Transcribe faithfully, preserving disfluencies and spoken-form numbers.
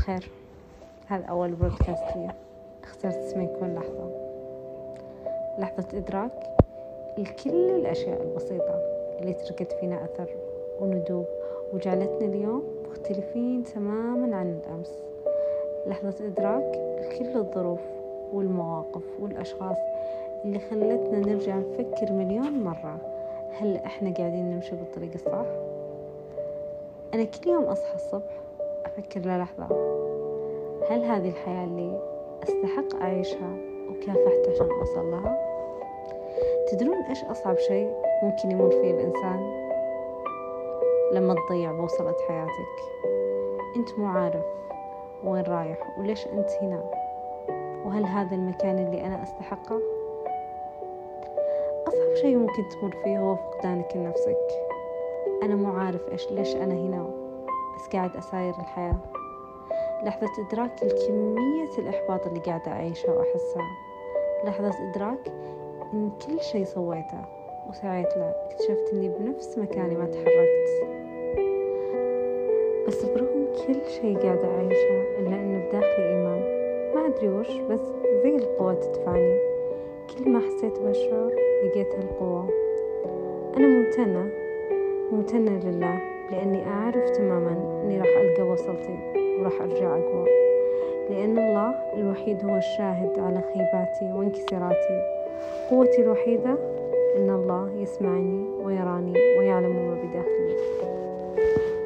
الخير، هذا أول بودكاست لي. اخترت اسمه يكون لحظة لحظة إدراك لكل الأشياء البسيطة اللي تركت فينا أثر وندوب وجعلتنا اليوم مختلفين تماما عن الأمس. لحظة إدراك لكل الظروف والمواقف والأشخاص اللي خلتنا نرجع نفكر مليون مرة، هل إحنا قاعدين نمشي بالطريق الصح؟ أنا كل يوم أصحى الصبح أفكر للحظة، هل هذه الحياة اللي أستحق أعيشها وكافحت عشان أوصل لها؟ تدرون إيش أصعب شيء ممكن يمر فيه الإنسان؟ لما تضيع بوصلة حياتك، أنت مو عارف وين رايح وليش أنت هنا، وهل هذا المكان اللي أنا أستحقه؟ أصعب شيء ممكن تمر فيه هو فقدانك لنفسك. أنا مو عارف إيش ليش أنا هنا، بس قاعد أساير الحياة. لحظة إدراك لكمية الإحباط اللي قاعدة أعيشها وأحسها. لحظة إدراك إن كل شيء سويته وسعيت له اكتشفت إني بنفس مكاني ما تحركت، بس برغم كل شيء قاعدة أعيشه إلا إنه بداخلي إيمان، ما أدري وش، بس زي القوة تدفعني. كل ما حسيت بالشعور لقيت هالقوة. أنا ممتنة ممتنة لله، لأني أعرف تماما أني راح ألقى وصلتي وراح أرجع أقوى، لأن الله الوحيد هو الشاهد على خيباتي وانكساراتي. قوتي الوحيدة أن الله يسمعني ويراني ويعلم ما بداخلي.